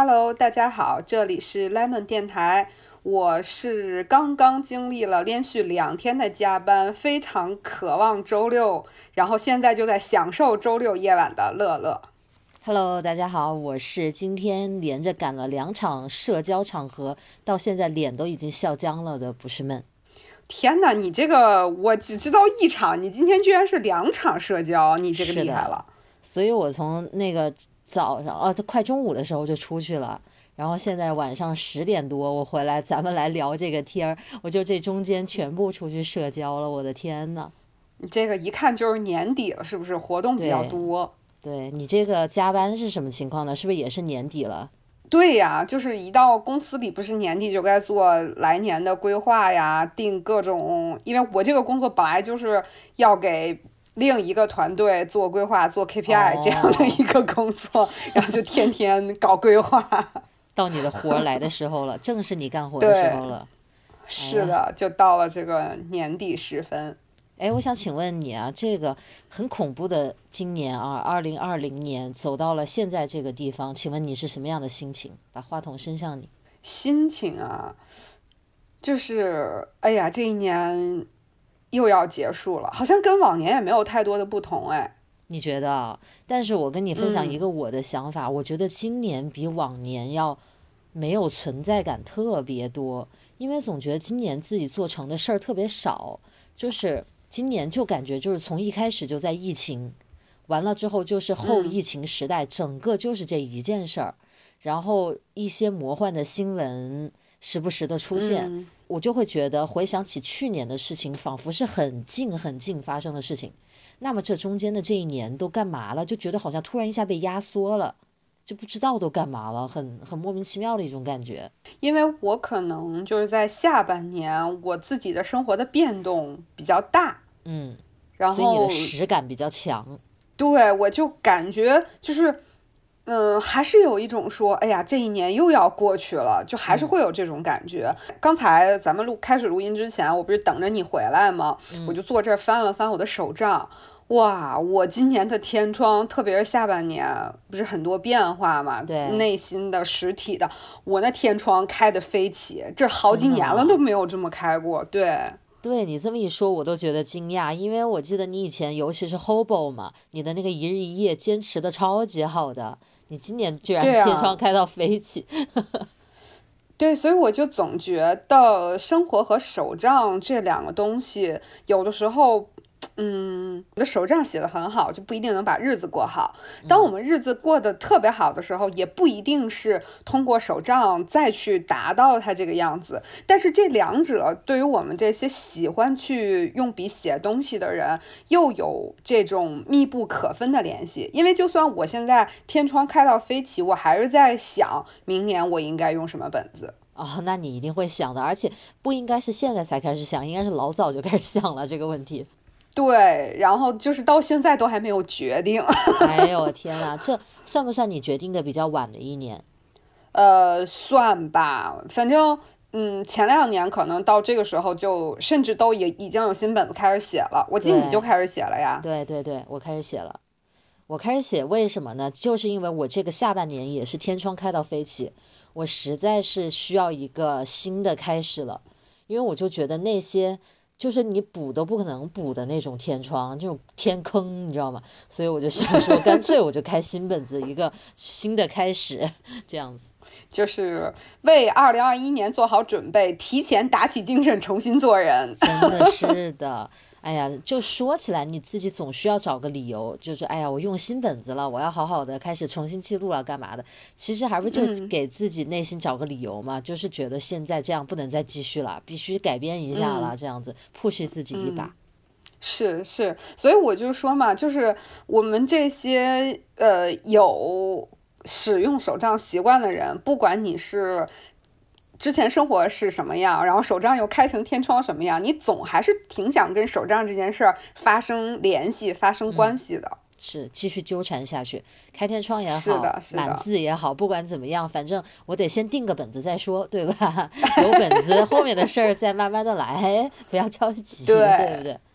Hello，大家好，这里是 Lemon 电台。我是刚刚经历了连续2天的加班，非常渴望周六，然后现在就在享受周六夜晚的乐乐。 Hello，大家好，我是今天连着赶了2场社交场合，到现在脸都已经笑僵了的不是闷。 天呐，你这个我只知道一场，你今天居然是2场社交，你这个是的， 厉害了。 所以我从那个早上这快中午的时候就出去了，然后现在晚上10点多我回来，咱们来聊这个天儿，我就这中间全部出去社交了，我的天呐。 你这个一看就是年底了，是不是活动比较对多？ 对，你这个加班是什么情况呢？是不是也是年底了？ 对呀，就是一到公司里，不是年底就该做来年的规划呀，定各种。因为我这个工作本来就是要给另一个团队做规划、做 KPI 这样的哦， 一个工作，然后就天天搞规划。 到你的活儿来的时候了，正是你干活的时对， 候了。哎呀， 是的，就到了这个年底时分。 哎，我想请问你啊，这个很恐怖的今年啊，2020年走到了现在这个地方，请问你是什么样的心情？把话筒伸向你。 心情啊，就是哎呀，这一年又要结束了，好像跟往年也没有太多的不同哎。 你觉得啊？但是我跟你分享一嗯个我的想法，我觉得今年比往年要没有存在感特别多，因为总觉得今年自己做成的事儿特别少，就是今年就感觉就是从一开始就在疫情，完了之后就是后嗯疫情时代，整个就是这一件事儿，然后一些魔幻的新闻时不时的出现， 嗯。 我就会觉得回想起去年的事情，仿佛是很近很近发生的事情。那么这中间的这一年都干嘛了？就觉得好像突然一下被压缩了，就不知道都干嘛了，很莫名其妙的一种感觉。 因为我可能就是在下半年，我自己的生活的变动比较大， 嗯，所以你的然后实感比较强。 对我就感觉就是，还是有一种说，哎呀，这一年又要过去了，就还是嗯会有这种感觉。刚才咱们开始录音之前，我不是等着你回来吗？我嗯， 就坐这儿翻了翻我的手账，哇，我今年的天窗，特别是下半年，不是很多变化嘛， 对， 内心的、实体的，我那天窗开的飞起，这好几真的年了都吗？ 没有这么开过。对， 对你这么一说，我都觉得惊讶，因为我记得你以前，尤其是 Hobo 嘛，你的那个一日一夜坚持的超级好的，你今年居然天窗对啊， 开到飞起。 对，所以我就总觉得生活和手账这两个东西，有的时候，我的手账写的很好，就不一定能把日子过好。当我嗯， 们日子过得特别好的时候，也不一定是通过手账再去达到它这个样子。但是这两者对于我们这些喜欢去用笔写东西的人，又有这种密不可分的联系。因为就算我现在天窗开到飞起，我还是在想明年我应该用什么本子。 哦，那你一定会想的，而且不应该是现在才开始想，应该是老早就开始想了这个问题。 对，然后就是到现在都还没有决定。 哎呦我天呐，这算不算你决定的比较晚的一年？ 算吧，反正前2年可能到这个时候就甚至都已经有新本子开始写了。我记得你就对， 开始写了呀。 对对对，我开始写了。我开始写，为什么呢？就是因为我这个下半年也是天窗开到飞起，我实在是需要一个新的开始了，因为我就觉得那些就是你补都不可能补的那种天窗，这种天坑，你知道吗？所以我就想说，干脆我就开新本子，一个新的开始，这样子。 就是为2021年做好准备，提前打起精神，重新做人。 真的是的，哎呀，就说起来，你自己总需要找个理由，就是哎呀，我用新本子了，我要好好的开始重新记录了，干嘛的？其实还不就给自己内心找个理由嘛，就是觉得现在这样不能再继续了，必须改变一下了， 嗯这样子 push 自己一把。 是是，所以我就说嘛，就是我们这些有使用手账习惯的人，不管你是之前生活是什么样，然后手账又开成天窗什么样，你总还是挺想跟手账这件事儿发生联系、发生关嗯， 系的。 是继续纠缠下去，开天窗也好， 是的，是满的， 字也好，不管怎么样，反正我得先定个本子再说，对吧？有本子，后面的事儿再慢慢的来，不要着急，对不对。 对？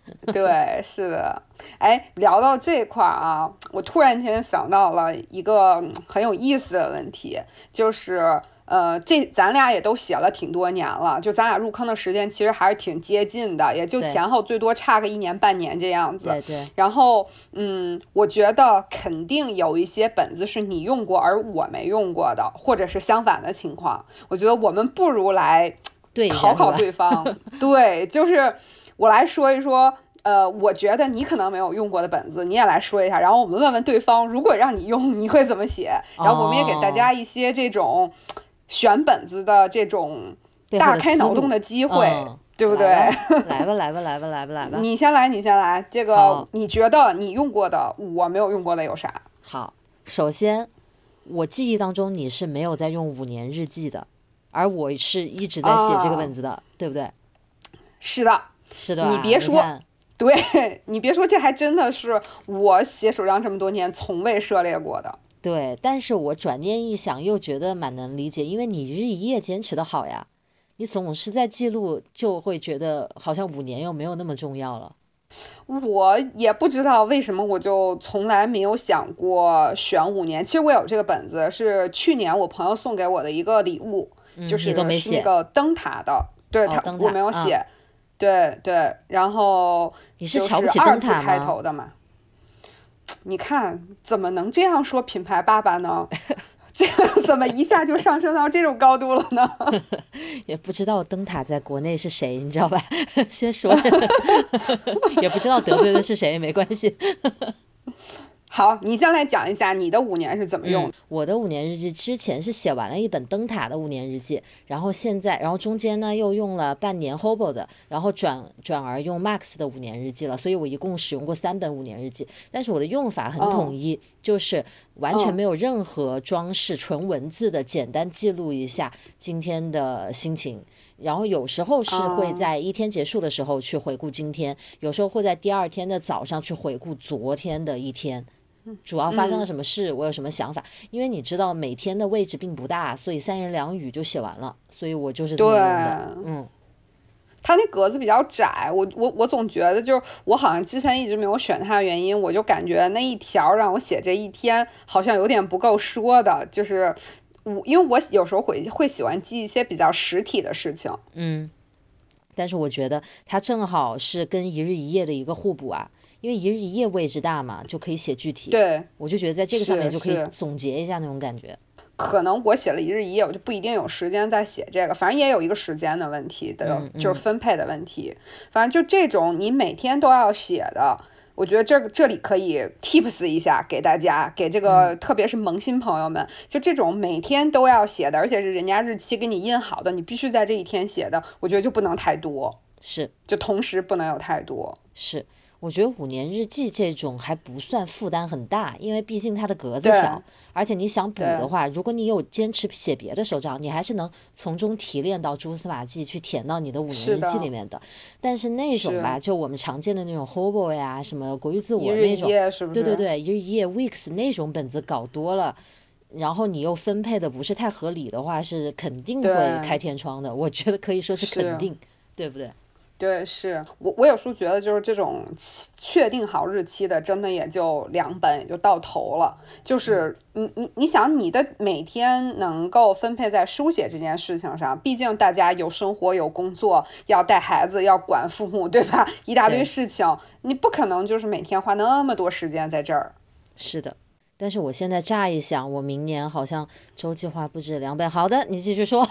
对，是的。哎，聊到这块儿啊，我突然间想到了一个很有意思的问题，就是这咱俩也都写了挺多年了，就咱俩入坑的时间其实还是挺接近的，也就对前后最多差个1年半年这样子。 对对， 然后，我觉得肯定有一些本子是你用过而我没用过的，或者是相反的情况。我觉得我们不如来对一考考下是吧？ 对方。对，就是我来说一说。我觉得你可能没有用过的本子，你也来说一下，然后我们问问对方，如果让你用，你会怎么写？然后我们也给大哦， 家一些这种选本子的这种背后的大开思路， 脑洞的机会，对不对？ 来吧，来吧，来吧，来吧，来吧，来吧。 你先来，你先来。这个好， 你觉得你用过的，我没有用过的有啥？ 好，首先，我记忆当中你是没有在用5年日记的，而我是一直在写这个啊， 本子的，对不对？ 是的， 是的吧？ 你别说， 你看， 对你别说，这还真的是我写手账这么多年从未涉猎过的。 对，但是我转念一想，又觉得蛮能理解，因为你日以夜坚持的好呀，你总是在记录，就会觉得好像5年又没有那么重要了。 我也不知道为什么，我就从来没有想过选5年。其实我有这个本子，是去年我朋友送给我的一个礼物，就你都是是那没写个灯塔的，对哦， 他我灯塔啊， 没有写，对对，然后你是就是瞧不起灯二字开塔吗？ 头的嘛。你看怎么能这样说品牌爸爸呢？这个怎么一下就上升到这种高度了呢？ 也不知道灯塔在国内是谁，你知道吧？先说着，也不知道得罪的是谁，没关系。 好，你先来讲一下你的5年是怎么用的。 我的5年日记之前是写完了一本灯塔的5年日记，然后现在，然后中间呢又用了半年 Hobo 的，然后转而用 Max 的5年日记了，所以我一共使用过3本5年日记。但是我的用法很统嗯一，就是完全嗯没有任何装饰，纯文字的，简单记录一下今天的心情。然后有时候是会嗯在一天结束的时候去回顾今天，有时候会在第二天的早上去回顾昨天的一天。主要发生了嗯， 什么事，我有什么想法？因为你知道每天的位置并不大，所以3言2语就写完了，所以我就是这么用的。 对。 嗯， 它那格子比较窄，我总觉得就是我好像之前一直没有选它的原因，我就感觉那一条让我写这一天好像有点不够说的，就是因为我有时候会喜欢记一些比较实体的事情。 但是我觉得它正好是跟一日一夜的一个互补啊，因为一日一夜位置大嘛，就可以写具体。 对， 我就觉得在这个上面就可以是是， 总结一下那种感觉。 可能我写了一日一夜，我就不一定有时间再写这个，反正也有一个时间的问题的，就是分配的问题。反正就这种你每天都要写的，我觉得这里可以 tips 一下给大家，给这个特别是萌新朋友们，就这种每天都要写的，而且是人家日期给你印好的，你必须在这一天写的，我觉得就不能太多， 是就同时不能有太多。 是，我觉得5年日记这种还不算负担很大，因为毕竟它的格子对小，而且你想补的对， 话，如果你有坚持写别的手账，你还是能从中提炼到蛛丝马迹去填到你的五年日记里是的， 面的。但是那种吧， 是就我们常见的那种 Hobo 呀，什么国语自一日我那种， 一夜，是不是？ 对对对，一日一夜 Weeks 那种本子搞多了。然后你又分配的不是太合理的话，是肯定会开对， 天窗的。我觉得可以说是肯是。 定，对不对？ 对，是我有时候觉得，就是这种确定好日期的，真的也就2本，也就到头了。就是你想，你的每天能够分配在书写这件事情上，毕竟大家有生活有工作，要带孩子，要管父母，对吧？一大堆对， 事情，你不可能就是每天花那么多时间在这儿。 是的。但是我现在乍一想，我明年好像周计划不止2本。好的，你继续说，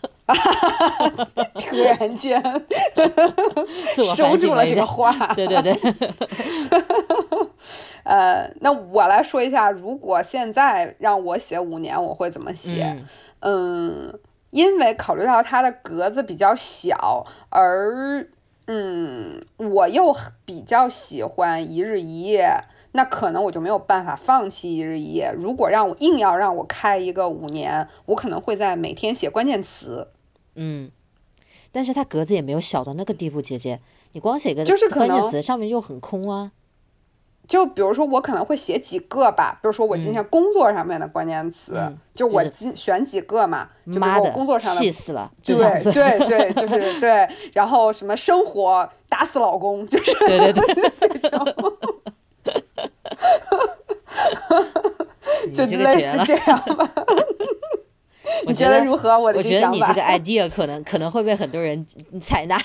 突然间自我反收住了省了一下。 这个话。 对对对， 那我来说一下，如果现在让我写5年，我会怎么写？ 嗯因为考虑到它的格子比较小，而我又比较喜欢一日一夜，那可能我就没有办法放弃一日一夜。如果硬要让我开一个5年，我可能会在每天写关键词， 嗯，但是它格子也没有小到那个地步，姐姐，你光写个就是可关键能词上面又很空啊。 就比如说我可能会写几个吧，比如说我今天工作上面的关键词，就我选几个嘛，就比如说我工作上的， 气死了， 对对对，就是对，然后什么生活打死老公，就是对对对这种， 就类似这样吧。你觉得如何？我觉得你这个 idea 可能会被很多人采纳。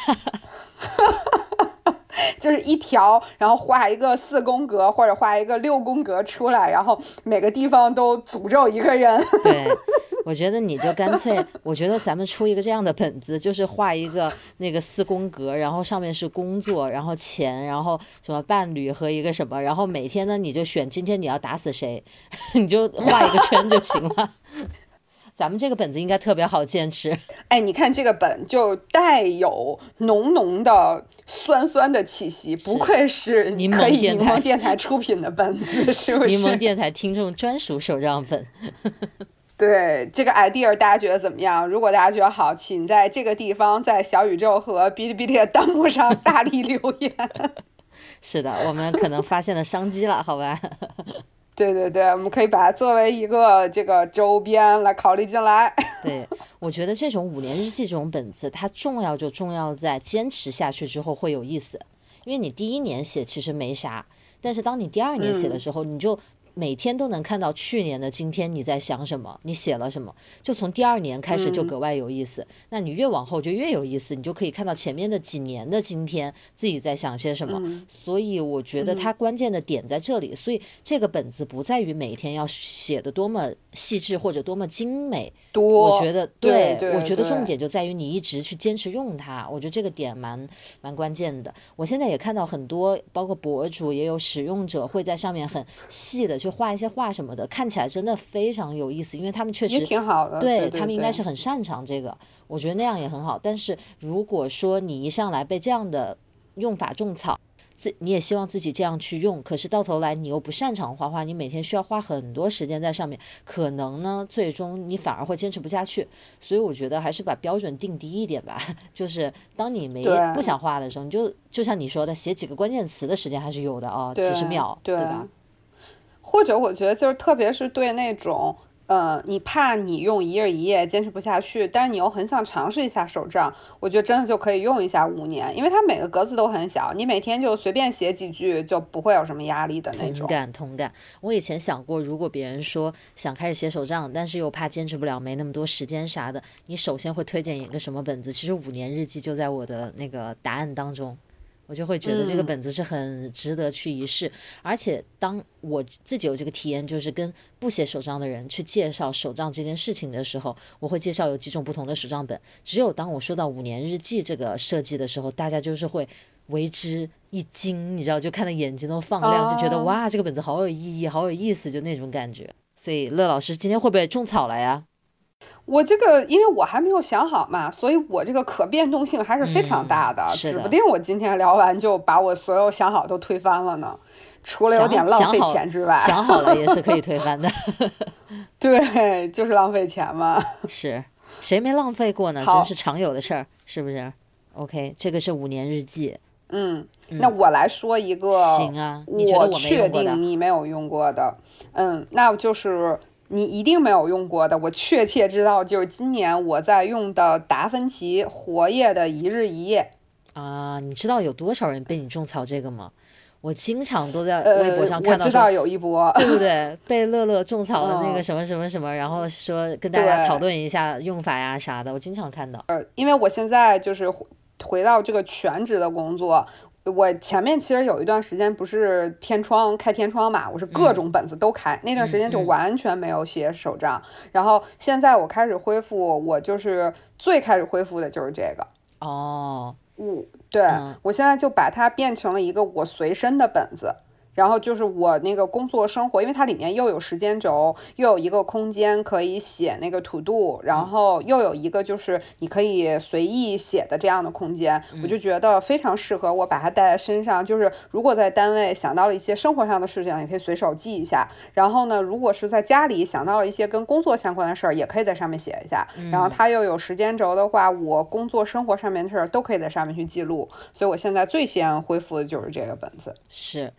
就是一条，然后画一个4宫格或者画一个6宫格出来，然后每个地方都诅咒一个人。 对，我觉得你就干脆，我觉得咱们出一个这样的本子，就是画一个那个4宫格，然后上面是工作，然后钱，然后什么伴侣和一个什么，然后每天呢你就选今天你要打死谁，你就画一个圈就行了。咱们这个本子应该特别好坚持。 哎，你看这个本就带有浓浓的酸酸的气息，不愧是柠檬电台出品的本子，是不是？ 柠檬电台听众专属手账本。 对，这个 idea 大家觉得怎么样？如果大家觉得好，请在这个地方在小宇宙和哔哩哔哩的弹幕上大力留言。 是的，我们可能发现了商机了，好吧？ 对对对，我们可以把它作为一个这个周边来考虑进来。 对，我觉得这种5年日记这种本子，它重要就重要在坚持下去之后会有意思。因为你第1年写其实没啥，但是当你第2年写的时候，你就每天都能看到去年的今天你在想什么，你写了什么，就从第2年开始就格外有意思。那你越往后就越有意思，你就可以看到前面的几年的今天自己在想些什么。所以我觉得它关键的点在这里。所以这个本子不在于每天要写的多么细致或者多么精美，我觉得对， 我觉得重点就在于你一直去坚持用它。我觉得这个点蛮关键的。我现在也看到很多包括博主也有使用者会在上面很细的去画一些画什么的，看起来真的非常有意思，因为他们确实也挺好的， 对他们应该是很擅长这个，我觉得那样也很好。但是如果说你一上来被这样的用法种草，你也希望自己这样去用，可是到头来你又不擅长画画，你每天需要花很多时间在上面，可能呢最终你反而会坚持不下去。所以我觉得还是把标准定低一点吧，就是当你不想画的时候，你就像你说的，写几个关键词的时间还是有的啊，几十秒，对吧？ 或者我觉得就是特别是对那种你怕你用一日一夜坚持不下去，但是你又很想尝试一下手账，我觉得真的就可以用一下5年，因为它每个格子都很小，你每天就随便写几句就不会有什么压力的那种。 同感。我以前想过，如果别人说想开始写手账，但是又怕坚持不了，没那么多时间啥的，你首先会推荐一个什么本子？其实5年日记就在我的那个答案当中。我就会觉得这个本子是很值得去一试，而且当我自己有这个体验，就是跟不写手账的人去介绍手账这件事情的时候，我会介绍有几种不同的手账本。只有当我说到5年日记这个设计的时候，大家就是会为之一惊，你知道，就看得眼睛都放亮，就觉得哇，这个本子好有意义，好有意思，就那种感觉。所以乐老师今天会不会种草了呀？ 我这个因为我还没有想好嘛，所以我这个可变动性还是非常大的，指不定我今天聊完就把我所有想好都推翻了呢，除了有点浪费钱之外。 想好了也是可以推翻的。 对，就是浪费钱嘛。 是，谁没浪费过呢？真是常有的事儿，是不是 ？OK， 这个是5年日记。 那我来说一个， 行啊，你觉得我没用过的， 确定你没有用过的，那就是你一定没有用过的，我确切知道就是今年我在用的达芬奇活页的一日一页啊。你知道有多少人被你种草这个吗？我经常都在微博上看到， 我知道有一波， 对不对？被乐乐种草的那个什么什么什么，然后说跟大家讨论一下用法呀啥的，我经常看到。 因为我现在就是回到这个全职的工作。我前面其实有一段时间不是开天窗嘛，我是各种本子都开，那段时间就完全没有写手账，然后现在我开始恢复，我就是最开始恢复的就是这个对，我现在就把它变成了一个我随身的本子。然后就是我那个工作生活，因为它里面又有时间轴，又有一个空间可以写那个to do，然后又有一个就是你可以随意写的这样的空间，我就觉得非常适合我把它带在身上。就是如果在单位想到了一些生活上的事情，也可以随手记一下。然后呢，如果是在家里想到了一些跟工作相关的事儿，也可以在上面写一下。然后它又有时间轴的话，我工作生活上面的事儿都可以在上面去记录。所以我现在最先恢复的就是这个本子。 是，其实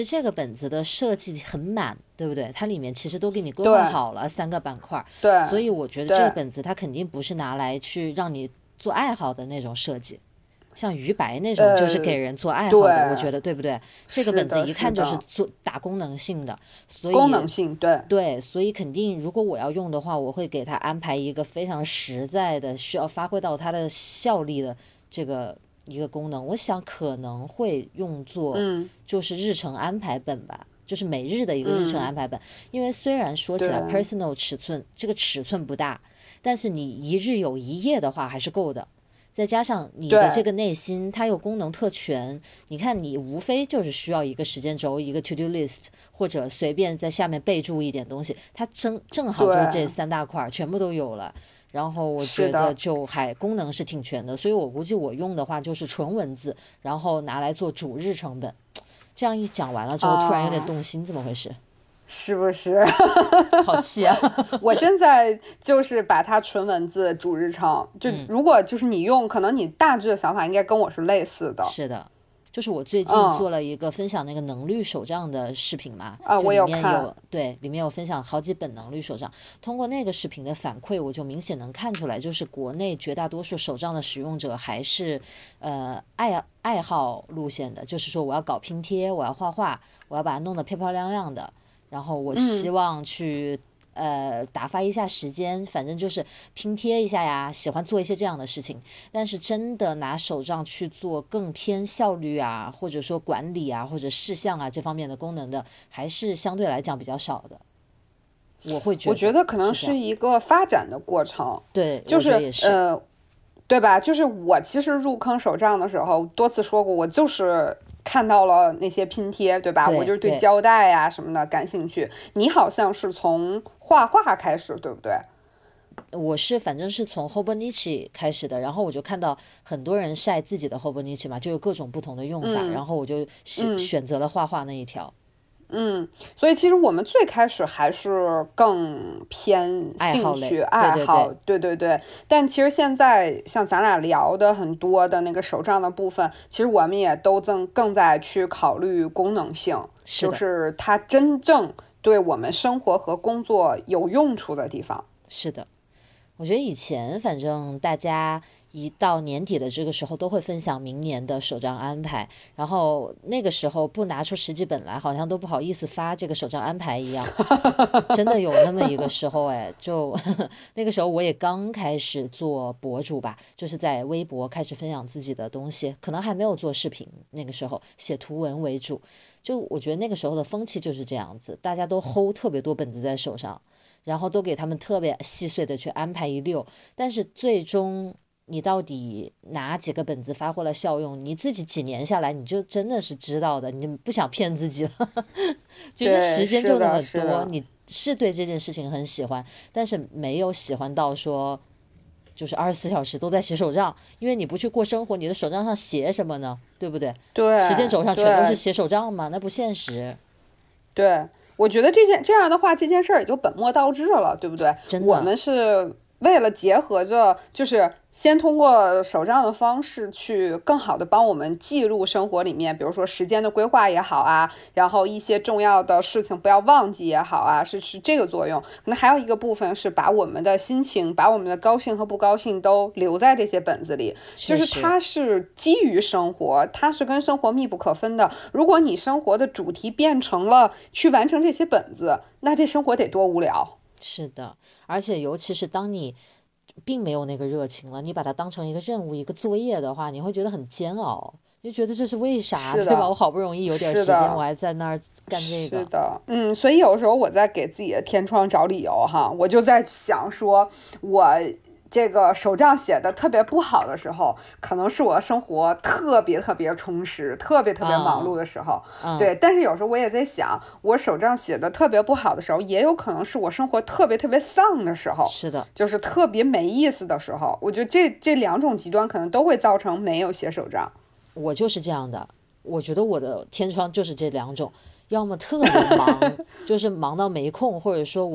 这个本子的设计很满，对不对？它里面其实都给你规划好了3个板块， 对， 所以我觉得这个本子它肯定不是拿来去让你做爱好的那种设计。像鱼白那种就是给人做爱好的，我觉得对不对？这个本子一看就是做打功能性的，所以功能性对，所以肯定如果我要用的话，我会给它安排一个非常实在的需要发挥到它的效力的这个一个功能。我想可能会用作就是日程安排本吧。就是每日的一个日程安排本，因为虽然说起来 personal 尺寸这个尺寸不大，但是你一日有一页的话还是够的。再加上你的这个内心，它又功能特全。你看，你无非就是需要一个时间轴，一个 to do list， 或者随便在下面备注一点东西，它正好就是这3大块全部都有了。然后我觉得就还功能是挺全的，所以我估计我用的话就是纯文字，然后拿来做主日程本。这样一讲完了之后，突然有点动心，怎么回事？ 是不是？ 好气啊！ 我现在就是把它纯文字主日程，就如果就是你用，可能你大致的想法应该跟我是类似的。 是的，就是我最近做了一个分享那个能率手账的视频嘛， 我有看， 对，里面有分享好几本能率手账。通过那个视频的反馈，我就明显能看出来，就是国内绝大多数手账的使用者还是爱好路线的，就是说我要搞拼贴，我要画画，我要把它弄得漂漂亮亮的。然后我希望去打发一下时间，反正就是拼贴一下呀，喜欢做一些这样的事情。但是真的拿手账去做更偏效率啊，或者说管理啊，或者事项啊这方面的功能的，还是相对来讲比较少的。我觉得可能是一个发展的过程。 对， 就是对吧？就是我其实入坑手账的时候，多次说过，我就是看到了那些拼贴，对吧？我就是对胶带啊什么的感兴趣。你好像是从画画开始，对不对？ 我是反正是从 Hobonichi 开始的，然后我就看到很多人晒自己的 Hobonichi 嘛，就有各种不同的用法，然后我就选择了画画那一条。 所以其实我们最开始还是更偏兴趣爱好，对。但其实现在像咱俩聊的很多的那个手账的部分，其实我们也都更在去考虑功能性，就是它真正对我们生活和工作有用处的地方。 是的，我觉得以前反正大家一到年底的这个时候都会分享明年的手账安排，然后那个时候不拿出实际本来，好像都不好意思发这个手账安排一样。真的有那么一个时候，就那个时候我也刚开始做博主吧，就是在微博开始分享自己的东西，可能还没有做视频，那个时候写图文为主。就我觉得那个时候的风气就是这样子，大家都 hold 特别多本子在手上，然后都给他们特别细碎的去安排一溜，但是最终你到底哪几个本子发挥了效用，你自己几年下来你就真的是知道的，你不想骗自己了。就是时间就那么多，你是对这件事情很喜欢，但是没有喜欢到说就是24小时都在写手账，因为你不去过生活，你的手账上写什么呢？对不对？ 对， 时间轴上全都是写手账吗？那不现实。 对，我觉得这样的话，这件事儿也就本末倒置了，对不对？ 真的， 我们是为了结合着，就是先通过手账的方式去更好的帮我们记录生活里面，比如说时间的规划也好啊，然后一些重要的事情不要忘记也好啊，是这个作用。可能还有一个部分是把我们的心情，把我们的高兴和不高兴都留在这些本子里，就是它是基于生活，它是跟生活密不可分的。如果你生活的主题变成了去完成这些本子，那这生活得多无聊。 是的，而且尤其是当你并没有那个热情了，你把它当成一个任务、一个作业的话，你会觉得很煎熬，就觉得这是为啥，对吧？我好不容易有点时间，我还在那儿干这个。 是的，所以有时候我在给自己的天窗找理由哈，我就在想说，我这个手账写的特别不好的时候，可能是我生活特别充实、特别忙碌的时候，对。但是有时候我也在想，我手账写的特别不好的时候，也有可能是我生活特别丧的时候， 是的， 就是特别没意思的时候。我觉得这两种极端可能都会造成没有写手账。 我就是这样的，我觉得我的天窗就是这两种，要么特别忙，就是忙到没空，或者说我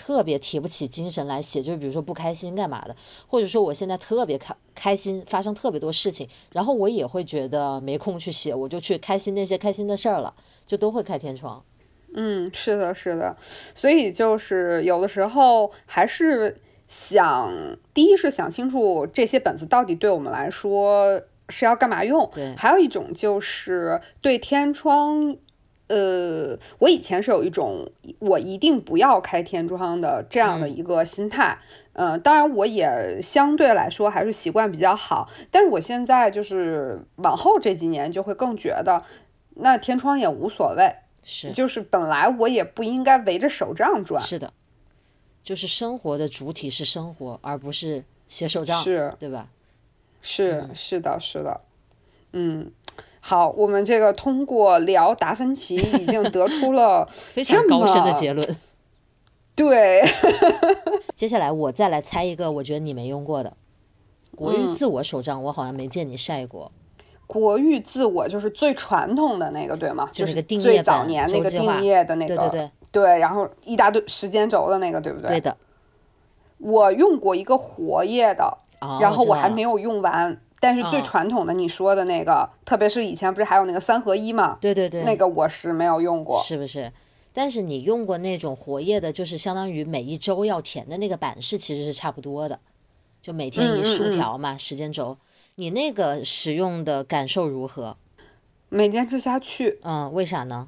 特别提不起精神来写，就是比如说不开心干嘛的，或者说我现在特别开心，发生特别多事情，然后我也会觉得没空去写，我就去开心那些开心的事儿了，就都会开天窗。 是的，是的，所以就是有的时候还是第一是想清楚这些本子到底对我们来说是要干嘛用， 对， 还有一种就是对天窗。我以前是有一种我一定不要开天窗的这样的一个心态，当然我也相对来说还是习惯比较好，但是我现在就是往后这几年就会更觉得，那天窗也无所谓，就是本来我也不应该围着手账转， 是的，就是生活的主体是生活，而不是写手账，对吧？ 是的，是的，好，我们这个通过聊达芬奇已经得出了非常高深的结论。 对， 接下来我再来猜一个，我觉得你没用过的国誉自我手账，我好像没见你晒过。 国誉自我就是最传统的那个，对吗？ 就那个定页最早年那个定页的那个，对，然后一大堆时间轴的那个，对不对？ 对的。 我用过一个活页的，然后我还没有用完。但是最传统的你说的那个，特别是以前不是还有那个3合1嘛？ 对对对， 那个我是没有用过， 是不是？但是你用过那种活页的，就是相当于每一周要填的那个版式，其实是差不多的，就每天一竖条嘛，时间轴。你那个使用的感受如何？ 没坚持下去。 为啥呢？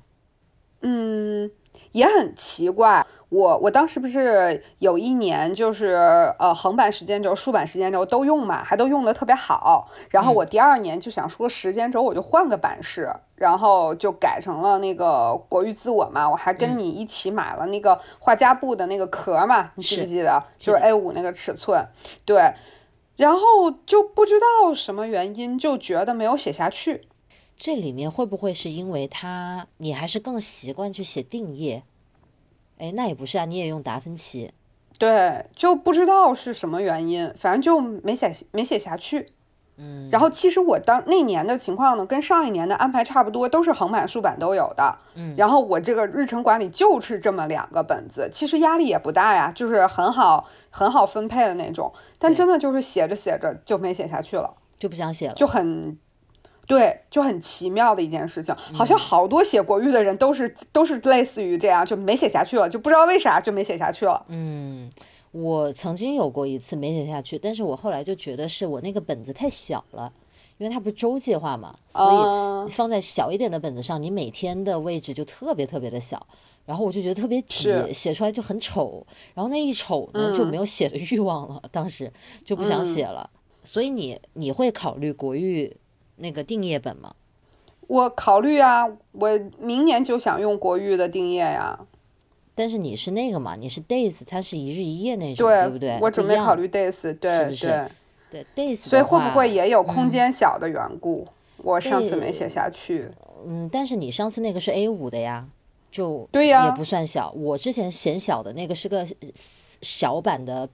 也很奇怪。我当时不是有一年就是横版时间轴、竖版时间轴都用嘛，还都用的特别好。然后我第2年就想说时间轴我就换个版式，然后就改成了那个国誉自我嘛。我还跟你一起买了那个画家布的那个壳嘛，你记不记得？就是 A5 那个尺寸，对。然后就不知道什么原因，就觉得没有写下去。 这里面会不会是因为你还是更习惯去写定页？哎，那也不是啊，你也用达芬奇。 对，就不知道是什么原因，反正就没写下去。然后其实我那年的情况呢，跟上一年的安排差不多，都是横版竖版都有的。然后我这个日程管理就是这么2个本子，其实压力也不大呀，就是很好分配的那种。但真的就是写着写着就没写下去了， 就不想写了， 就很奇妙的一件事情，好像好多写国誉的人都是类似于这样，就没写下去了，就不知道为啥就没写下去了。 我曾经有过一次没写下去，但是我后来就觉得是我那个本子太小了，因为它不是周计划嘛，所以放在小一点的本子上，你每天的位置就特别特别的小，然后我就觉得特别挤，写出来就很丑，然后那一丑呢就没有写的欲望了，当时就不想写了。所以你会考虑国誉那个定页本吗？ 我考虑啊，我明年就想用国誉的定页呀。 但是你是那个嘛，你是 days， 它是一日一夜那种，对不对？ 我准备考虑 days， 对， 是不是？对 days， 所以会不会也有空间小的缘故？我上次没写下去。 但是你上次那个是 A5 的呀，就对呀， 也不算小。我之前嫌小的那个是个小版的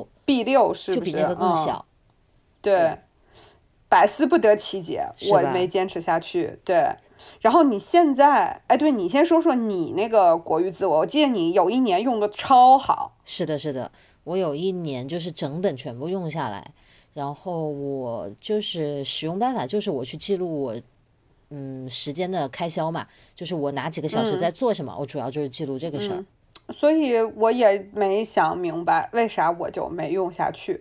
B6 是不是？ 就比那个更小。 对。百思不得其解，我没坚持下去。对，然后你现在，对，你先说说你那个国誉自我。我记得你有一年用的超好。 是的，是的，我有一年就是整本全部用下来，然后我就是使用办法就是我去记录我时间的开销嘛，就是我哪几个小时在做什么，我主要就是记录这个事儿。 所以我也没想明白为啥我就没用下去。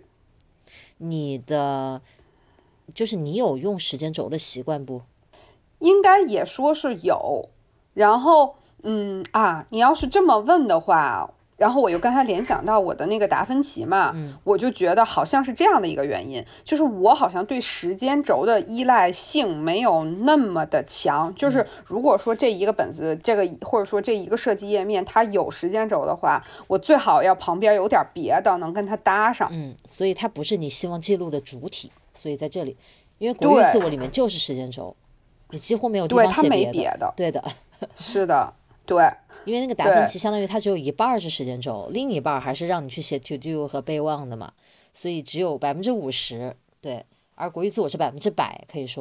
就是你有用时间轴的习惯不？ 应该也说是有。然后你要是这么问的话，然后我又刚才联想到我的那个达芬奇嘛，我就觉得好像是这样的一个原因，就是我好像对时间轴的依赖性没有那么的强，就是如果说这一个本子或者说这一个设计页面它有时间轴的话，我最好要旁边有点别的能跟它搭上。 所以它不是你希望记录的主体，所以在这里，因为国誉自我里面就是时间轴，你几乎没有地方写别的。对的， 是的，对。 因为那个达芬奇相当于它只有一半是时间轴，另一半还是让你去写 to do 和备忘的嘛，所以只有50%。对，而国誉自我是100%，可以说。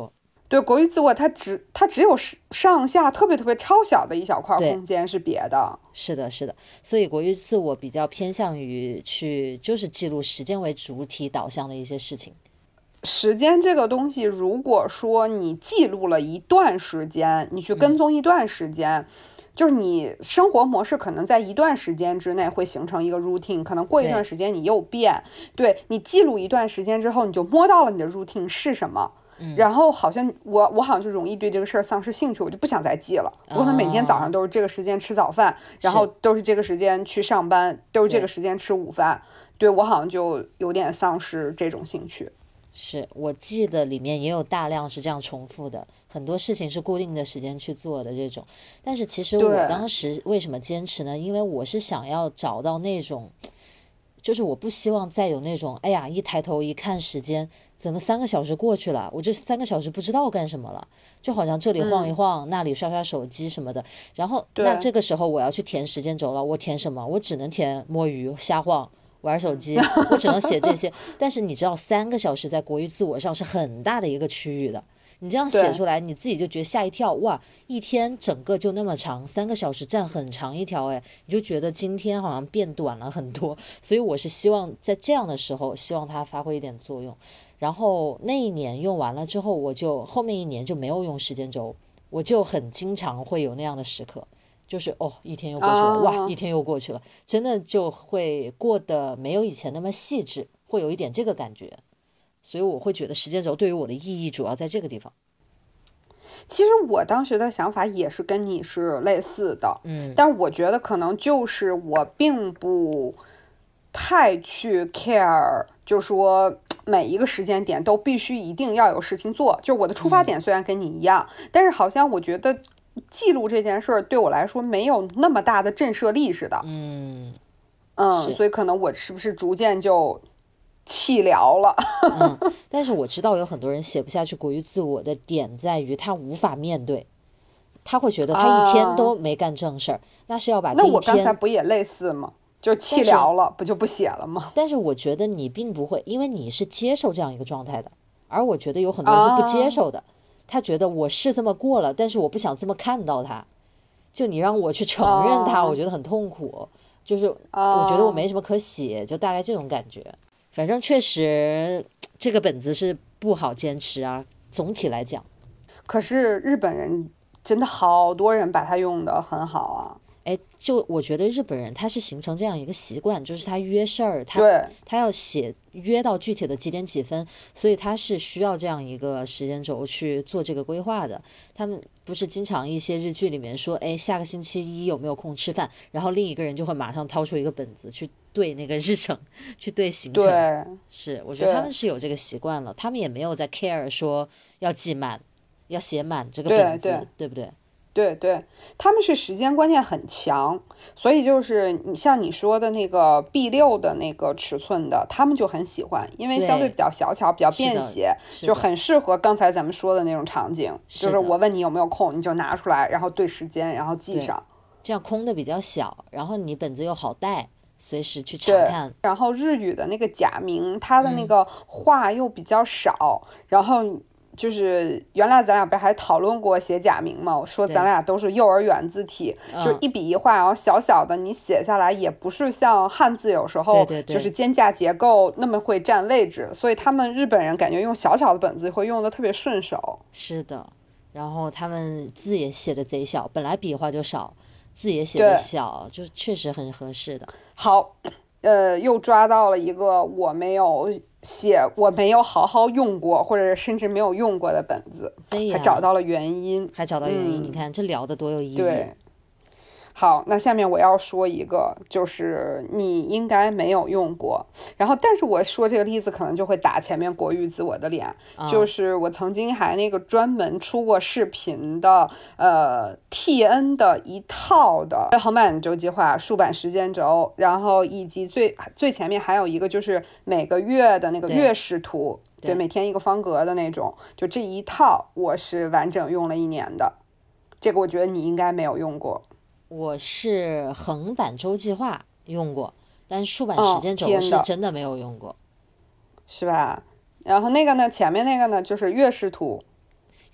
对，国域自我它只有上下特别特别超小的一小块对， 空间是别的。 是的，是的，所以国语自我比较偏向于去就是记录时间为主体导向的一些事情。 时间这个东西，如果说你记录了一段时间，你去跟踪一段时间，就是你生活模式可能在一段时间之内会形成一个 routine，可能过一段对， 时间你又变。对，你记录一段时间之后，你就摸到了你的 routine 是什么。然后好像我好像就容易对这个事儿丧失兴趣，我就不想再记了。我可能每天早上啊， 都是这个时间吃早饭，然后是， 都是这个时间去上班，都是这个对。 时间吃午饭。对，我好像就有点丧失这种兴趣。 是我记得里面也有大量是这样重复的，很多事情是固定的时间去做的这种。但是其实我对， 当时为什么坚持呢？因为我是想要找到那种，就是我不希望再有那种，哎呀，一抬头一看时间，怎么3个小时过去了？我这3个小时不知道干什么了，就好像这里晃一晃，那里刷刷手机什么的。然后那对， 这个时候我要去填时间轴了，我填什么？我只能填摸鱼、瞎晃。玩手机，我只能写这些。但是你知道3个小时在国语自我上是很大的一个区域的，你这样写对， 出来，你自己就觉得吓一跳，哇，一天整个就那么长，3个小时占很长一条，哎，你就觉得今天好像变短了很多。所以我是希望在这样的时候，希望它发挥一点作用。然后那一年用完了之后，我就后面一年就没有用时间轴，我就很经常会有那样的时刻。就是哦，一天又过去了，哇，一啊， 天又过去了，真的就会过得没有以前那么细致，会有一点这个感觉。所以我会觉得时间轴对于我的意义主要在这个地方。 其实我当时的想法也是跟你是类似的， 嗯， 但是我觉得可能就是我并不太去 care，就说每一个时间点都必须一定要有事情做。就我的出发点虽然跟你一样，但是好像我觉得记录这件事儿对我来说没有那么大的震慑力似的。 嗯，是， 所以可能我是不是逐渐就弃疗了？ 嗯，但是我知道有很多人写不下去国语自我的点在于他无法面对，他会觉得他一天啊， 都没干正事儿，那是要把这那我刚才一天。 不也类似吗？就弃但是疗了，不就不写了吗？ 但是我觉得你并不会，因为你是接受这样一个状态的，而我觉得有很多人是不接啊受的，他觉得我是这么过了，但是我不想这么看到他，就你让我去承认他，我啊觉得很痛苦，就是我觉得我啊！ 没什么可写，就大概这种感觉。反正确实这个本子是不好坚持啊，总体来讲。 可是日本人真的好多人把它用的很好啊。 哎，就我觉得日本人他是形成这样一个习惯，就是他约事儿，他对他要写约到具体的几点几分，所以他是需要这样一个时间轴去做这个规划的。他们不是经常一些日剧里面说，哎，下个星期一有没有空吃饭？然后另一个人就会马上掏出一个本子去对那个日程，去对行程。 对是，我觉得他对们是有这个习惯了，他们也没有在 care 说要记满，要写满这个本对对子，对不对？ 对对，他们是时间观念很强，所以就是你像你说的那个 B6的那个尺寸的，他们就很喜欢，因为相对比对， 较小巧，比较是的， 便携， 是的， 就很适合刚才咱们说的那种场景，就是的。 是我问你有没有空，你就拿出来，然后对时间，然后记对， 上。 这样空的比较小，然后你本子又好带，随时去查对， 看。 然后日语的那个假名，它的那嗯， 个话又比较少，然后就是原来咱俩不是还讨论过写假名嘛？我说咱对， 俩都是幼儿园字体，就是嗯， 一笔一画，然后小小的，你写下来也不是像汉字有时候就是对对对， 间架结构那么会占位置，所以他们日本人感觉用小小的本子会用的特别顺手。 是的。然后他们字也写的贼小，本来笔画就少，字也写的对， 小，就确实很合适的。 好，又抓到了一个我没有写，我没有好好用过，或者甚至没有用过的本子，还找对呀， 到了原因。 还找到原因，你嗯， 看这聊的多有意义。 对。好，那下面我要说一个，就是你应该没有用过，然后但是我说这个例子可能就会打前面国语自我的脸，就啊， 是我曾经还那个专门出过视频的，TN 的一套的横版周计划、竖版时间轴，然后以及最前面还有一个就是每个月的那个对月视图，对， 对， 每天一个方格的那种，就这一套我是完整用了1年的，这个我觉得你应该没有用过。 我是横版周计划用过，但竖版时嗯， 间轴天的， 是真的没有用过。 是吧？然后那个呢，前面那个呢，就是月视图。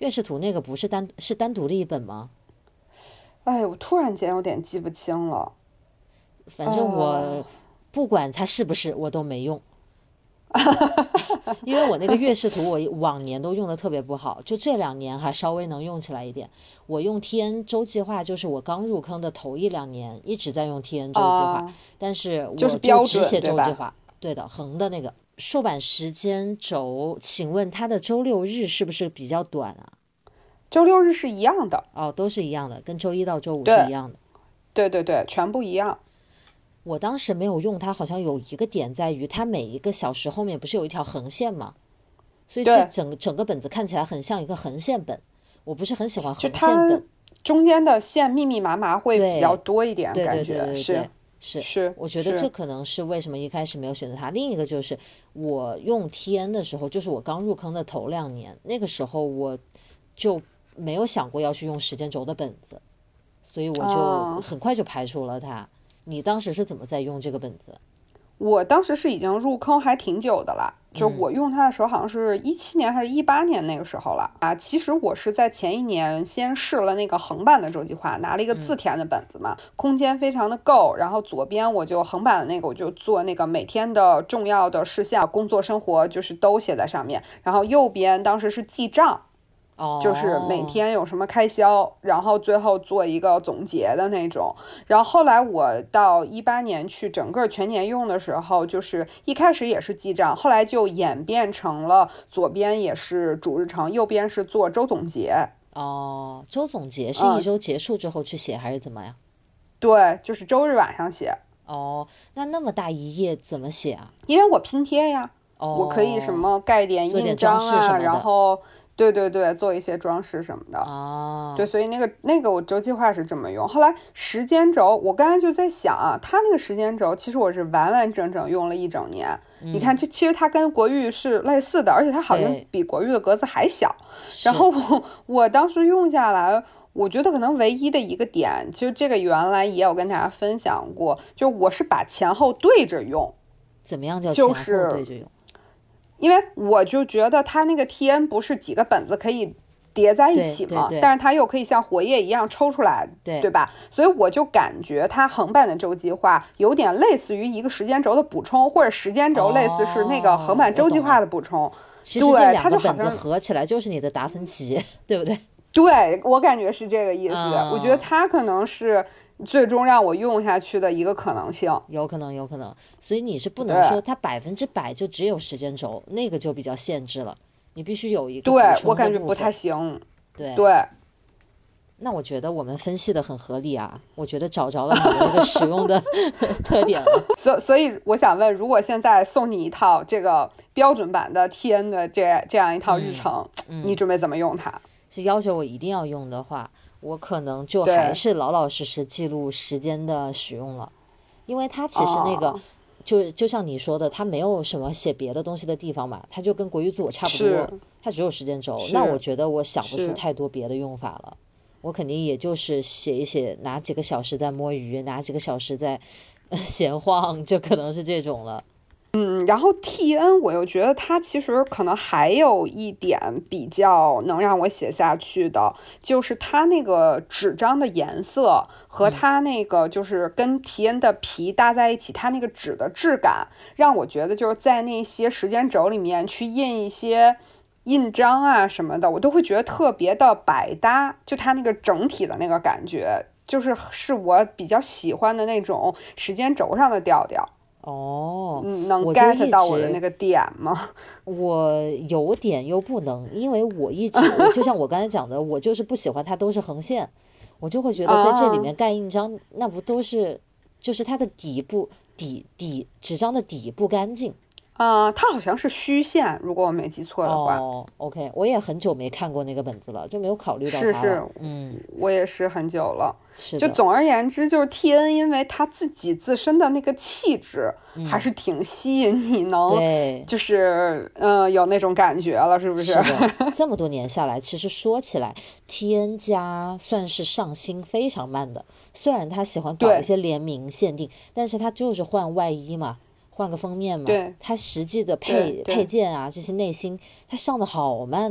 月视图那个不是单独的一本吗？ 哎，我突然间有点记不清了。 反正我不管它是不是，我都没用。因为我那个月视图我往年都用的特别不好，就这2年还稍微能用起来一点。我用 TN 周计划，就是我刚入坑的头1-2年一直在用 TN 周计划，但是我就只写周计划，对的，横的那个竖版时间轴。请问它的周6日是不是比较短啊？ 周6日是一样的。 哦，都是一样的，跟周1到周5是一样的。 对对对，全部一样。 我当时没有用它，好像有一个点在于它每一个小时后面不是有一条横线吗？所以这整个本子看起来很像一个横线本，我不是很喜欢横线本， 中间的线密密麻麻会比较多一点，感觉对， 是， 我觉得这可能是为什么一开始没有选择它。另一个就是我用 TN 的时候，就是我刚入坑的头2年，那个时候我就没有想过要去用时间轴的本子，所以我就很快就排除了它。你当时是怎么在用这个本子？ 我当时是已经入坑还挺久的了，就我用它的时候好像是17年还是18年那个时候了啊。其实我是在前1年先试了那个横版的周计划，拿了一个自填的本子嘛，空间非常的够，然后左边我就横版的那个我就做那个每天的重要的事项、工作生活就是都写在上面，然后右边当时是记账。就是每天有什么开销，然后最后做一个总结的那种。然后后来我到18年去整个全年用的时候，就是一开始也是记账，后来就演变成了左边也是主日程，右边是做周总结。 周总结是一周结束之后去写还是怎么样？ 对，就是周日晚上写。 那么大一页怎么写啊？ 因为我拼贴呀，我可以什么盖点印章啊，然后对，做一些装饰什么的。对，所以那个我周计划是这么用。后来时间轴，我刚才就在想啊，它那个时间轴其实我是完完整整用了1整年。你看，其实它跟国语是类似的，而且它好像比国语的格子还小。然后我当时用下来，我觉得可能唯一的一个点，其实这个原来也有跟大家分享过，就我是把前后对着用。 怎么样叫前后对着用？ 因为我就觉得它那个 TN 不是几个本子可以叠在一起嘛，但是它又可以像活页一样抽出来，对吧？所以我就感觉它横版的周计划有点类似于一个时间轴的补充，或者时间轴类似是那个横版周计划的补充。 其实这两个本子合起来就是你的达芬奇，对不对？ 对，我感觉是这个意思。我觉得它可能是最终让我用下去的一个可能性， 有可能。所以你是不能说它100%就只有时间轴，那个就比较限制了。你必须有一个补充的部分。 对，我感觉不太行。 对。 那我觉得我们分析的很合理啊，我觉得找着了你的那个使用的特点了。 所以我想问，如果现在送你一套这个标准版的 TN 的这样一套日程，你准备怎么用它？ 是要求我一定要用的话，我可能就还是老老实实记录时间的使用了，因为它其实那个就像你说的，它没有什么写别的东西的地方嘛，它就跟国语字我差不多，它只有时间轴。那我觉得我想不出太多别的用法了，我肯定也就是写一写哪几个小时在摸鱼，哪几个小时在闲晃，就可能是这种了。 然后 TN 我又觉得它其实可能还有一点比较能让我写下去的，就是它那个纸张的颜色和它那个就是跟 TN 的皮搭在一起，它那个纸的质感让我觉得就是在那些时间轴里面去印一些印章啊什么的，我都会觉得特别的百搭，就它那个整体的那个感觉，是我比较喜欢的那种时间轴上的调调。能 get 到我的那个点吗？ 我有点又不能，因为我一直就像我刚才讲的，我就是不喜欢它都是横线，我就会觉得在这里面盖印章，那不都是就是它的底纸张的底不干净。 它好像是虚线，如果我没记错的话。 OK， 我也很久没看过那个本子了，就没有考虑到它了。 是，我也是很久了。 是就总而言之，就是 TN， 因为它自身的那个气质还是挺吸引你能，就是有那种感觉了，是不是？ 是的。这么多年下来，其实说起来 ，TN 家算是上新非常慢的。虽然他喜欢搞一些联名限定，但是他就是换外衣嘛。换个封面嘛，它实际的配件啊，这些内芯，它上的好慢的，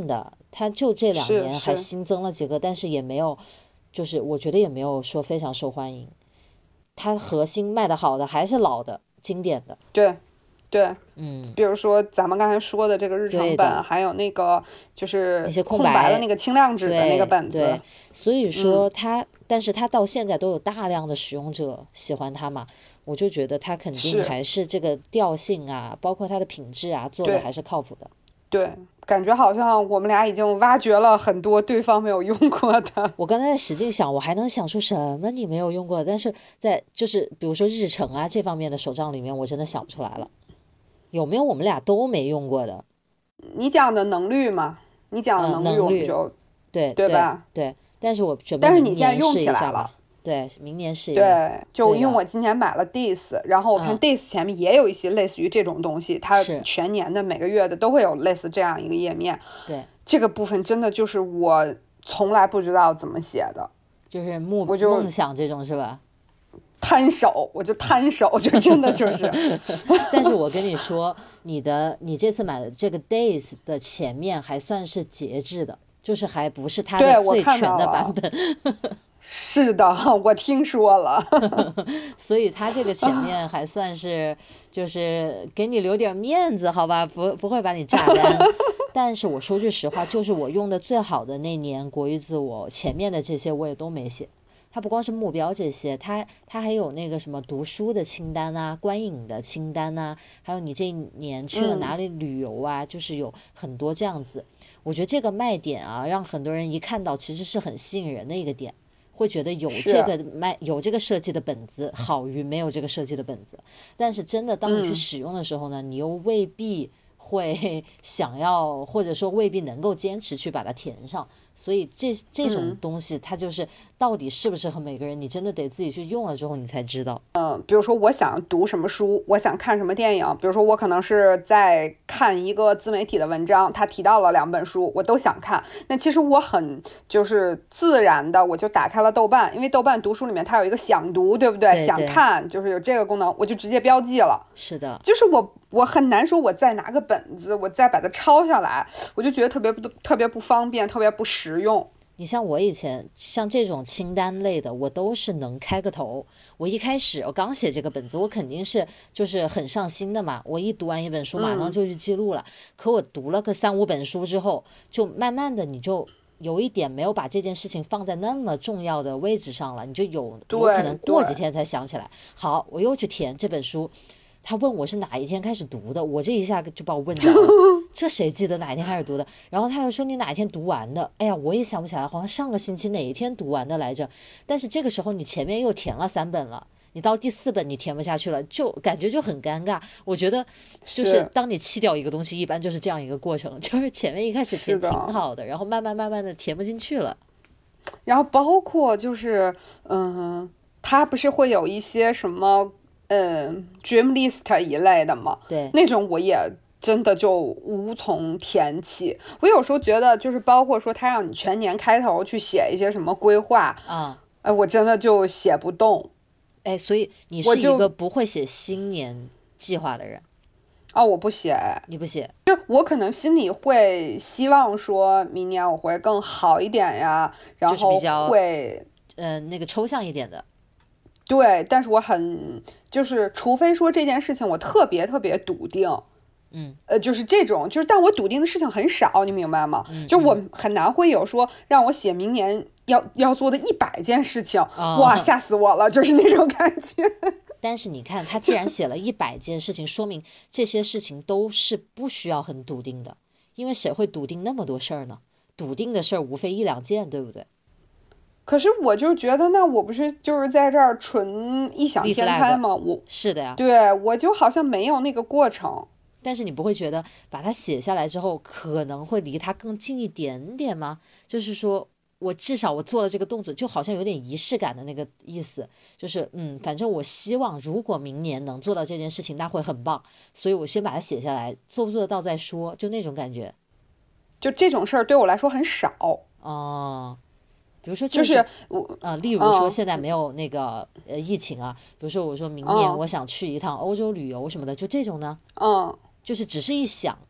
他就这2年还是新增了几个，但是也没有，就是我觉得也没有说非常受欢迎。它核心卖的好的还是老的经典的。 对对，比如说咱们刚才说的这个日常对的本，还有那个就是那些空空白的白那个轻量纸的那个本子， 对，所以说但是它到现在都有大量的使用者喜欢它嘛，我就觉得它肯定是还是这个调性啊，包括它的品质啊，做的对还是靠谱的。 对，感觉好像我们俩已经挖掘了很多对方没有用过的。 我刚才在使劲想，我还能想出什么你没有用过，但是在就是比如说日程啊这方面的手账里面，我真的想不出来了。有没有我们俩都没用过的？ 你讲的能率嘛，你讲的能率， 能率我们就对对吧？ 对，但是我准备但是明年你现在用试一下吧。 起来了。 对，明年试一下。 对，就对的因为我今年买了 Days，然后我看 Days 前面也有一些类似于这种东西，它是全年的每个月的都会有类似这样一个页面。 对， 这个部分真的就是我从来不知道怎么写的， 就是我就梦想这种是吧？ 摊手，我就摊手，就真的就是。 但是我跟你说，你这次买的这个 Days 的前面还算是节制的，就是还不是它对的最我看到全的版了本。 是的，我听说了。 所以它这个前面还算是就是给你留点面子，好吧，不会把你榨干。但是我说句实话，就是我用的最好的那年国语字，我前面的这些我也都没写。它不光是目标这些，它还有那个什么读书的清单啊、观影的清单啊，还有你这一年去了哪里旅游啊，就是有很多这样子。我觉得这个卖点啊，让很多人一看到其实是很吸引人的一个点，会觉得有这个设计的本子好于没有这个设计的本子。但是真的当你去使用的时候呢，你又未必会想要，或者说未必能够坚持去把它填上。所以这种东西它就是到底适不适合每个人，你真的得自己去用了之后你才知道。 比如说我想读什么书，我想看什么电影，比如说我可能是在看一个自媒体的文章，他提到了2本书，我都想看。那其实我很就是自然的，我就打开了豆瓣，因为豆瓣读书里面它有一个想读，对不对？ 对想看就是有这个功能，我就直接标记了。 是的， 就是我很难说，我再拿个本子，我再把它抄下来，我就觉得特别不方便，特别不实用。 你像我以前像这种清单类的，我都是能开个头。我一开始我刚写这个本子，我肯定是就是很上心的嘛。我一读完一本书，马上就去记录了。可我读了个3-5本书之后，就慢慢的你就有一点没有把这件事情放在那么重要的位置上了，你就有可能过几天才想起来。好，我又去填这本书。他问我是哪一天开始读的，我这一下就把我问着了，这谁记得哪一天开始读的？然后他又说你哪一天读完的？哎呀，我也想不起来，好像上个星期哪一天读完的来着。但是这个时候你前面又填了3本了，你到第4本你填不下去了，就感觉就很尴尬。我觉得就是当你弃掉一个东西，一般就是这样一个过程，就是前面一开始填挺好的，然后慢慢的填不进去了。 然后包括就是它不是会有一些什么dream list 一类的嘛， 对， 那种我也真的就无从填起。我有时候觉得，就是包括说他让你全年开头去写一些什么规划啊， 我真的就写不动。 哎，所以你是一个不会写新年计划的人。 我不写。 你不写？ 就我可能心里会希望说明年我会更好一点呀，然后会、 就是那个抽象一点的。 对，但是我很就是除非说这件事情我特别笃定，就是这种，就是但我笃定的事情很少，你明白吗？就我很难会有说让我写明年要做的100件事情，哇，吓死我了，就是那种感觉。 但是你看，他既然写了100件事情，说明这些事情都是不需要很笃定的，因为谁会笃定那么多事儿呢？笃定的事儿无非1-2件，对不对？ 可是我就觉得，那我不是就是在这儿纯异想天开吗？ 是的呀， 对，我就好像没有那个过程。 但是你不会觉得把它写下来之后，可能会离它更近一点点吗？就是说我至少我做了这个动作，就好像有点仪式感的那个意思，就是反正我希望如果明年能做到这件事情，那会很棒，所以我先把它写下来，做不做得到再说，就那种感觉。 就这种事儿对我来说很少哦。比如说就是例如说现在没有那个疫情啊，比如说我说明年我想去一趟欧洲旅游什么的，就这种呢，就是只是一想。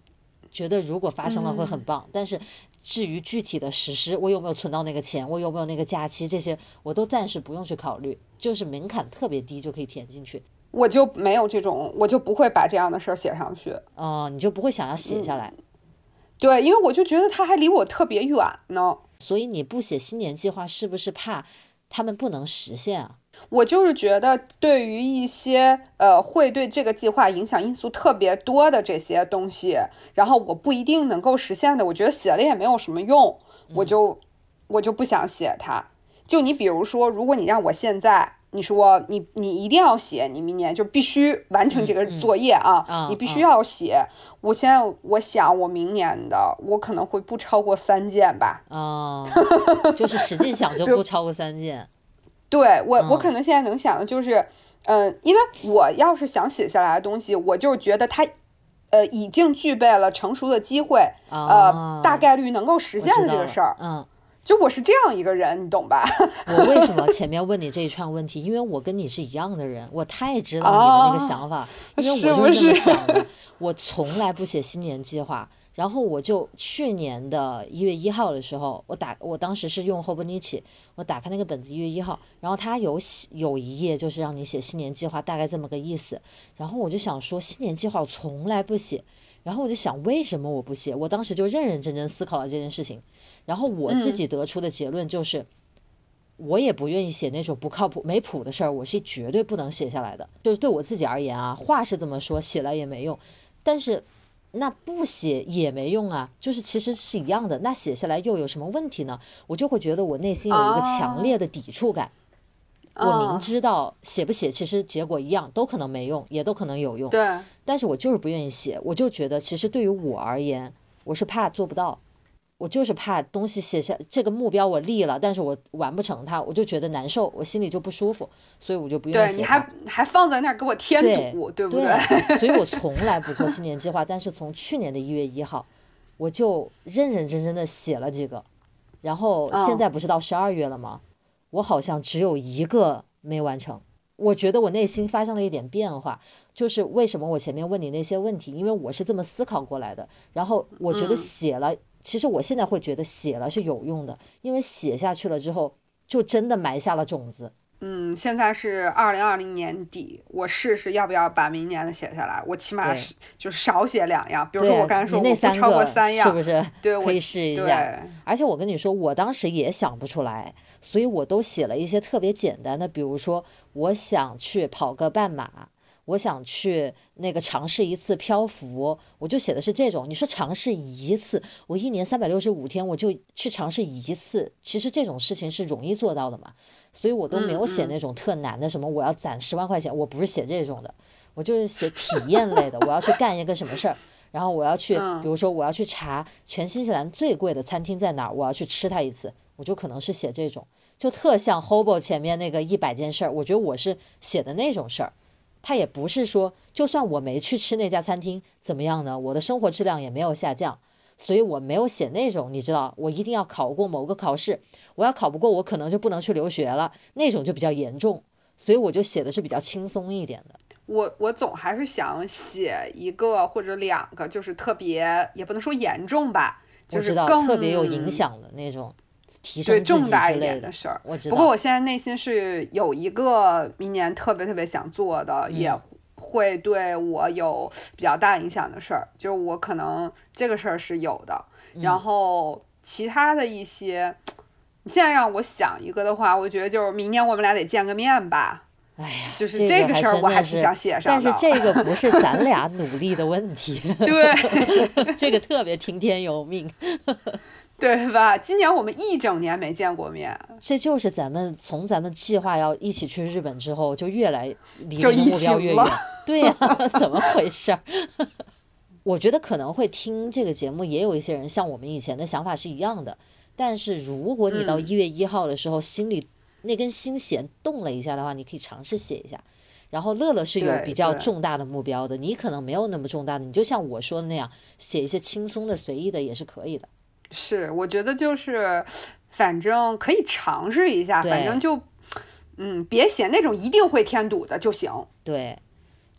觉得如果发生了会很棒，但是至于具体的实施，我有没有存到那个钱，我有没有那个假期，这些我都暂时不用去考虑，就是门槛特别低就可以填进去。 我就没有这种，我就不会把这样的事儿写上去。 你就不会想要写下来。 对，因为我就觉得它还离我特别远呢。 所以你不写新年计划，是不是怕他们不能实现啊？ 我就是觉得，对于一些会对这个计划影响因素特别多的这些东西，然后我不一定能够实现的，我觉得写了也没有什么用，我就不想写它。就你比如说，如果你让我现在，你说你一定要写，你明年就必须完成这个作业啊，你必须要写。我现在我想，我明年的我可能会不超过3件吧。 就是实际想就不超过3件。 对，我可能现在能想的就是，因为我要是想写下来的东西，我就觉得它，已经具备了成熟的机会，大概率能够实现的这个事儿。就我是这样一个人，你懂吧？ 我为什么前面问你这一串问题？因为我跟你是一样的人，我太知道你的那个想法，因为我就是这么想的。我从来不写新年计划。然后我就去年的1月1号的时候，我当时是用 Hobonichi， 我打开那个本子1月1号，然后它有一页就是让你写新年计划，大概这么个意思。然后我就想说新年计划我从来不写，然后我就想为什么我不写，我当时就认认真真思考了这件事情，然后我自己得出的结论就是，我也不愿意写那种不靠谱没谱的事儿，我是绝对不能写下来的。就是对我自己而言啊，话是这么说，写了也没用，但是那不写也没用啊，就是其实是一样的，那写下来又有什么问题呢？我就会觉得我内心有一个强烈的抵触感。我明知道写不写其实结果一样，都可能没用，也都可能有用。 对， 但是我就是不愿意写，我就觉得其实对于我而言，我是怕做不到。我就是怕东西写下这个目标我立了，但是我完不成它，我就觉得难受，我心里就不舒服，所以我就不愿意写它。 对，你还放在那儿给我添堵，对不对？所以我从来不做新年计划，但是从去年的1月1号，我就认认真真的写了几个，然后现在不是到12月了吗？我好像只有1个没完成。我觉得我内心发生了一点变化，就是为什么我前面问你那些问题，因为我是这么思考过来的，然后我觉得写了。其实我现在会觉得写了是有用的，因为写下去了之后就真的埋下了种子。 现在是2020年底，我试试要不要把明年的写下来，我起码就是少写2样，比如说我刚才说我不超过3样， 是不是？ 对， 可以试一下。而且我跟你说，我当时也想不出来，所以我都写了一些特别简单的，比如说我想去跑个半马，我想去那个尝试一次漂浮，我就写的是这种。你说尝试一次，我1年365天我就去尝试一次，其实这种事情是容易做到的嘛，所以我都没有写那种特难的什么我要攒10万块钱，我不是写这种的，我就是写体验类的，我要去干一个什么事儿，然后我要去，比如说我要去查全新西兰最贵的餐厅在哪儿，我要去吃它一次，我就可能是写这种，就特像 Hobo 前面那个100件事儿，我觉得我是写的那种事儿。他也不是说就算我没去吃那家餐厅怎么样呢，我的生活质量也没有下降，所以我没有写那种你知道我一定要考过某个考试，我要考不过我可能就不能去留学了，那种就比较严重，所以我就写的是比较轻松一点的。 我总还是想写1个或者2个，就是特别也不能说严重吧，就是更我知道特别有影响的那种提升自己之类的， 重大一点的事儿。 我知道。 不过我现在内心是有一个明年特别特别想做的，也会对我有比较大影响的事儿，就是我可能这个事儿是有的。然后其他的一些，你现在让我想一个的话，我觉得就是明年我们俩得见个面吧。 哎呀， 就是这个事儿我还是想写上的， 但是这个不是咱俩努力的问题。 对， 这个特别听天由命。 对吧？今年我们1整年没见过面， 这就是咱们计划要一起去日本之后，就越来离这个目标越远。对呀，怎么回事？我觉得可能会听这个节目，也有一些人像我们以前的想法是一样的。但是如果你到1月1号的时候，心里那根心弦动了一下的话，你可以尝试写一下。然后乐乐是有比较重大的目标的，你可能没有那么重大的，你就像我说的那样，写一些轻松的、随意的也是可以的。 是，我觉得就是反正可以尝试一下，反正就别写那种一定会添堵的就行。 对，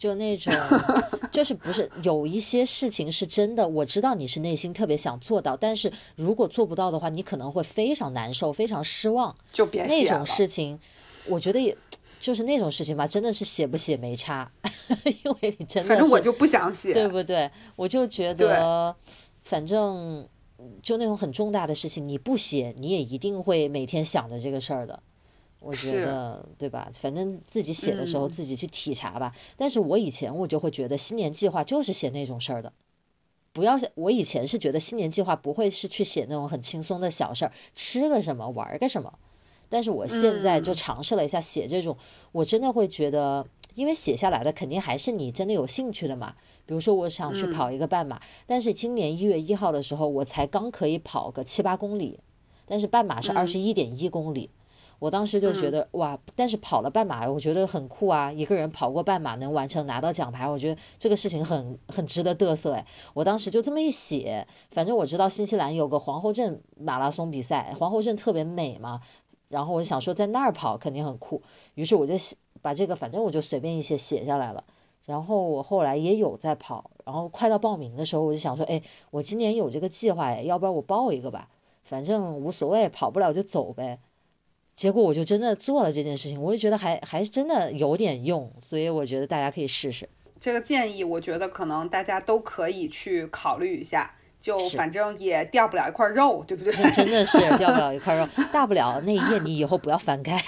就那种就是不是有一些事情是真的，我知道你是内心特别想做到，但是如果做不到的话，你可能会非常难受，非常失望， 就别写了。 那种事情我觉得也就是那种事情吧，真的是写不写没差因为你真的是， 反正我就不想写， 对不对？我就觉得反正就那种很重大的事情你不写，你也一定会每天想着这个事儿的，我觉得对吧？反正自己写的时候自己去体察吧。但是我以前我就会觉得新年计划就是写那种事儿的，不要，我以前是觉得新年计划不会是去写那种很轻松的小事儿，吃个什么玩个什么。但是我现在就尝试了一下写这种，我真的会觉得，因为写下来的肯定还是你真的有兴趣的嘛。比如说我想去跑一个半马，但是今年1月1号的时候我才刚可以跑个7、8公里，但是半马是21.1公里。我当时就觉得哇，但是跑了半马我觉得很酷啊，一个人跑过半马能完成拿到奖牌，我觉得这个事情很值得嘚瑟哎。我当时就这么一写，反正我知道新西兰有个皇后镇马拉松比赛，皇后镇特别美嘛，然后我想说在那儿跑肯定很酷，于是我就把这个反正我就随便一些写下来了。然后我后来也有在跑，然后快到报名的时候我就想说，哎，我今年有这个计划，要不然我报一个吧，反正无所谓，跑不了就走呗。结果我就真的做了这件事情，我就觉得还真的有点用，所以我觉得大家可以试试这个建议，我觉得可能大家都可以去考虑一下。就反正也掉不了一块肉，对不对？ 真的是掉不了一块肉，大不了那一页你以后不要翻开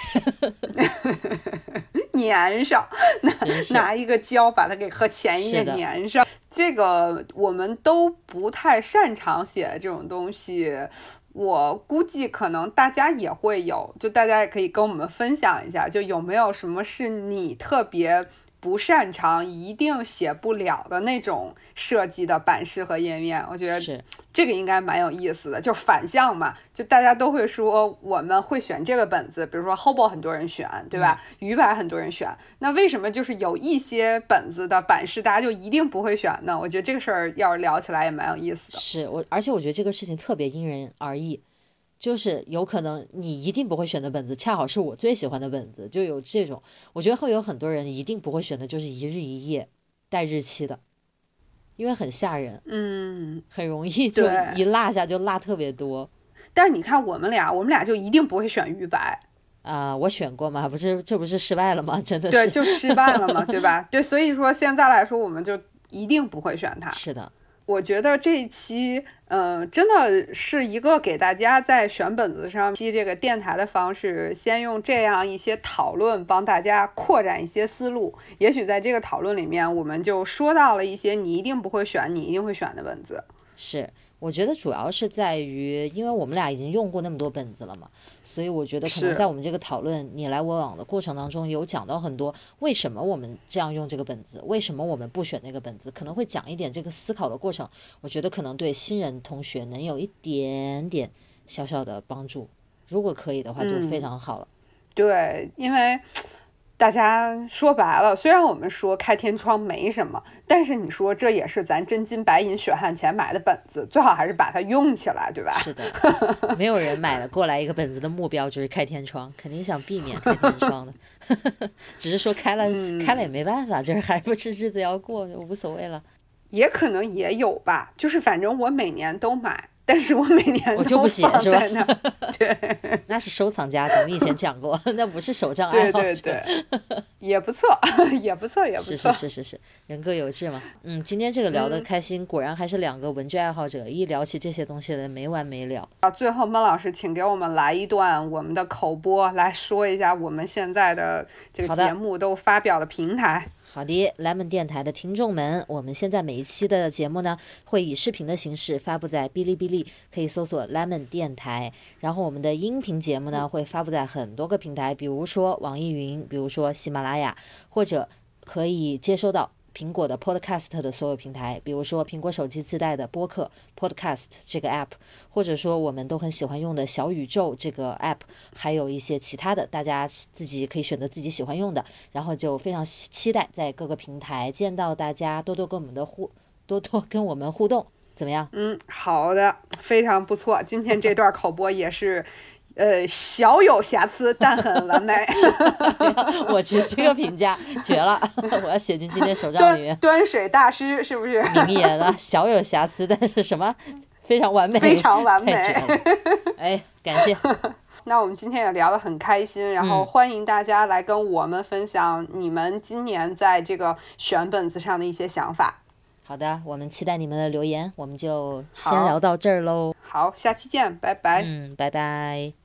粘上，拿一个胶把它给和前一页粘上。这个我们都不太擅长写这种东西，我估计可能大家也会有，就大家也可以跟我们分享一下，就有没有什么是你特别不擅长一定写不了的那种设计的版式和页面。我觉得这个应该蛮有意思的，就是反向嘛，就大家都会说我们会选这个本子，比如说 Hobo 很多人选，对吧？鱼白很多人选，那为什么就是有一些本子的版式大家就一定不会选呢？我觉得这个事儿要是聊起来也蛮有意思的。 是而且我觉得这个事情特别因人而异，就是有可能你一定不会选的本子恰好是我最喜欢的本子，就有这种。我觉得会有很多人一定不会选的就是一日一夜带日期的，因为很吓人，很容易就一落下就落特别多。 但是你看我们俩就一定不会选鱼白我选过嘛，这不是失败了吗？真的是对，就失败了嘛，对吧？对，所以说现在来说我们就一定不会选它。 是的， 我觉得这一期真的是一个给大家在选本子上这个电台的方式，先用这样一些讨论帮大家扩展一些思路。也许在这个讨论里面我们就说到了一些你一定不会选你一定会选的本子。 是，我觉得主要是在于因为我们俩已经用过那么多本子了嘛，所以我觉得可能在我们这个讨论你来我往的过程当中有讲到很多为什么我们这样用这个本子，为什么我们不选那个本子，可能会讲一点这个思考的过程，我觉得可能对新人同学能有一点点小小的帮助，如果可以的话就非常好了。 对，因为大家说白了，虽然我们说开天窗没什么，但是你说这也是咱真金白银血汗钱买的本子，最好还是把它用起来，对吧？ 是的，没有人买了过来一个本子的目标就是开天窗，肯定想避免开天窗的只是说开了也没办法，就是还不是日子要过，就无所谓了。 也可能也有吧，就是反正我每年都买，但是我每年我就不写是吧？ 对， 那是收藏家，咱们以前讲过，那不是手账爱好者。 对，也不错，也不错。 是，人各有志嘛。今天这个聊得开心，果然还是两个文具爱好者，一聊起这些东西的没完没了。 最后孟老师请给我们来一段我们的口播，来说一下我们现在的这个节目都发表的平台。 好的 Lemon 电台的听众们，我们现在每一期的节目呢会以视频的形式发布在哔哩哔哩，可以搜索 Lemon 电台，然后我们的音频节目呢会发布在很多个平台，比如说网易云，比如说喜马拉雅，或者可以接收到苹果的 Podcast 的所有平台，比如说苹果手机自带的播客 Podcast 这个 app， 或者说我们都很喜欢用的小宇宙这个 app， 还有一些其他的，大家自己可以选择自己喜欢用的，然后就非常期待在各个平台见到大家，多多跟我们互动，怎么样？ 好的，非常不错。今天这段口播也是小有瑕疵，但很完美。 我觉得这个评价绝了，我要写进今天手账里面。 端水大师是不是？ 名言了，小有瑕疵，但是什么非常完美， 非常完美。 哎，感谢。 那我们今天也聊得很开心，然后欢迎大家来跟我们分享你们今年在这个选本子上的一些想法。 好的，我们期待你们的留言，我们就先聊到这儿喽。 好，下期见，拜拜。 拜拜。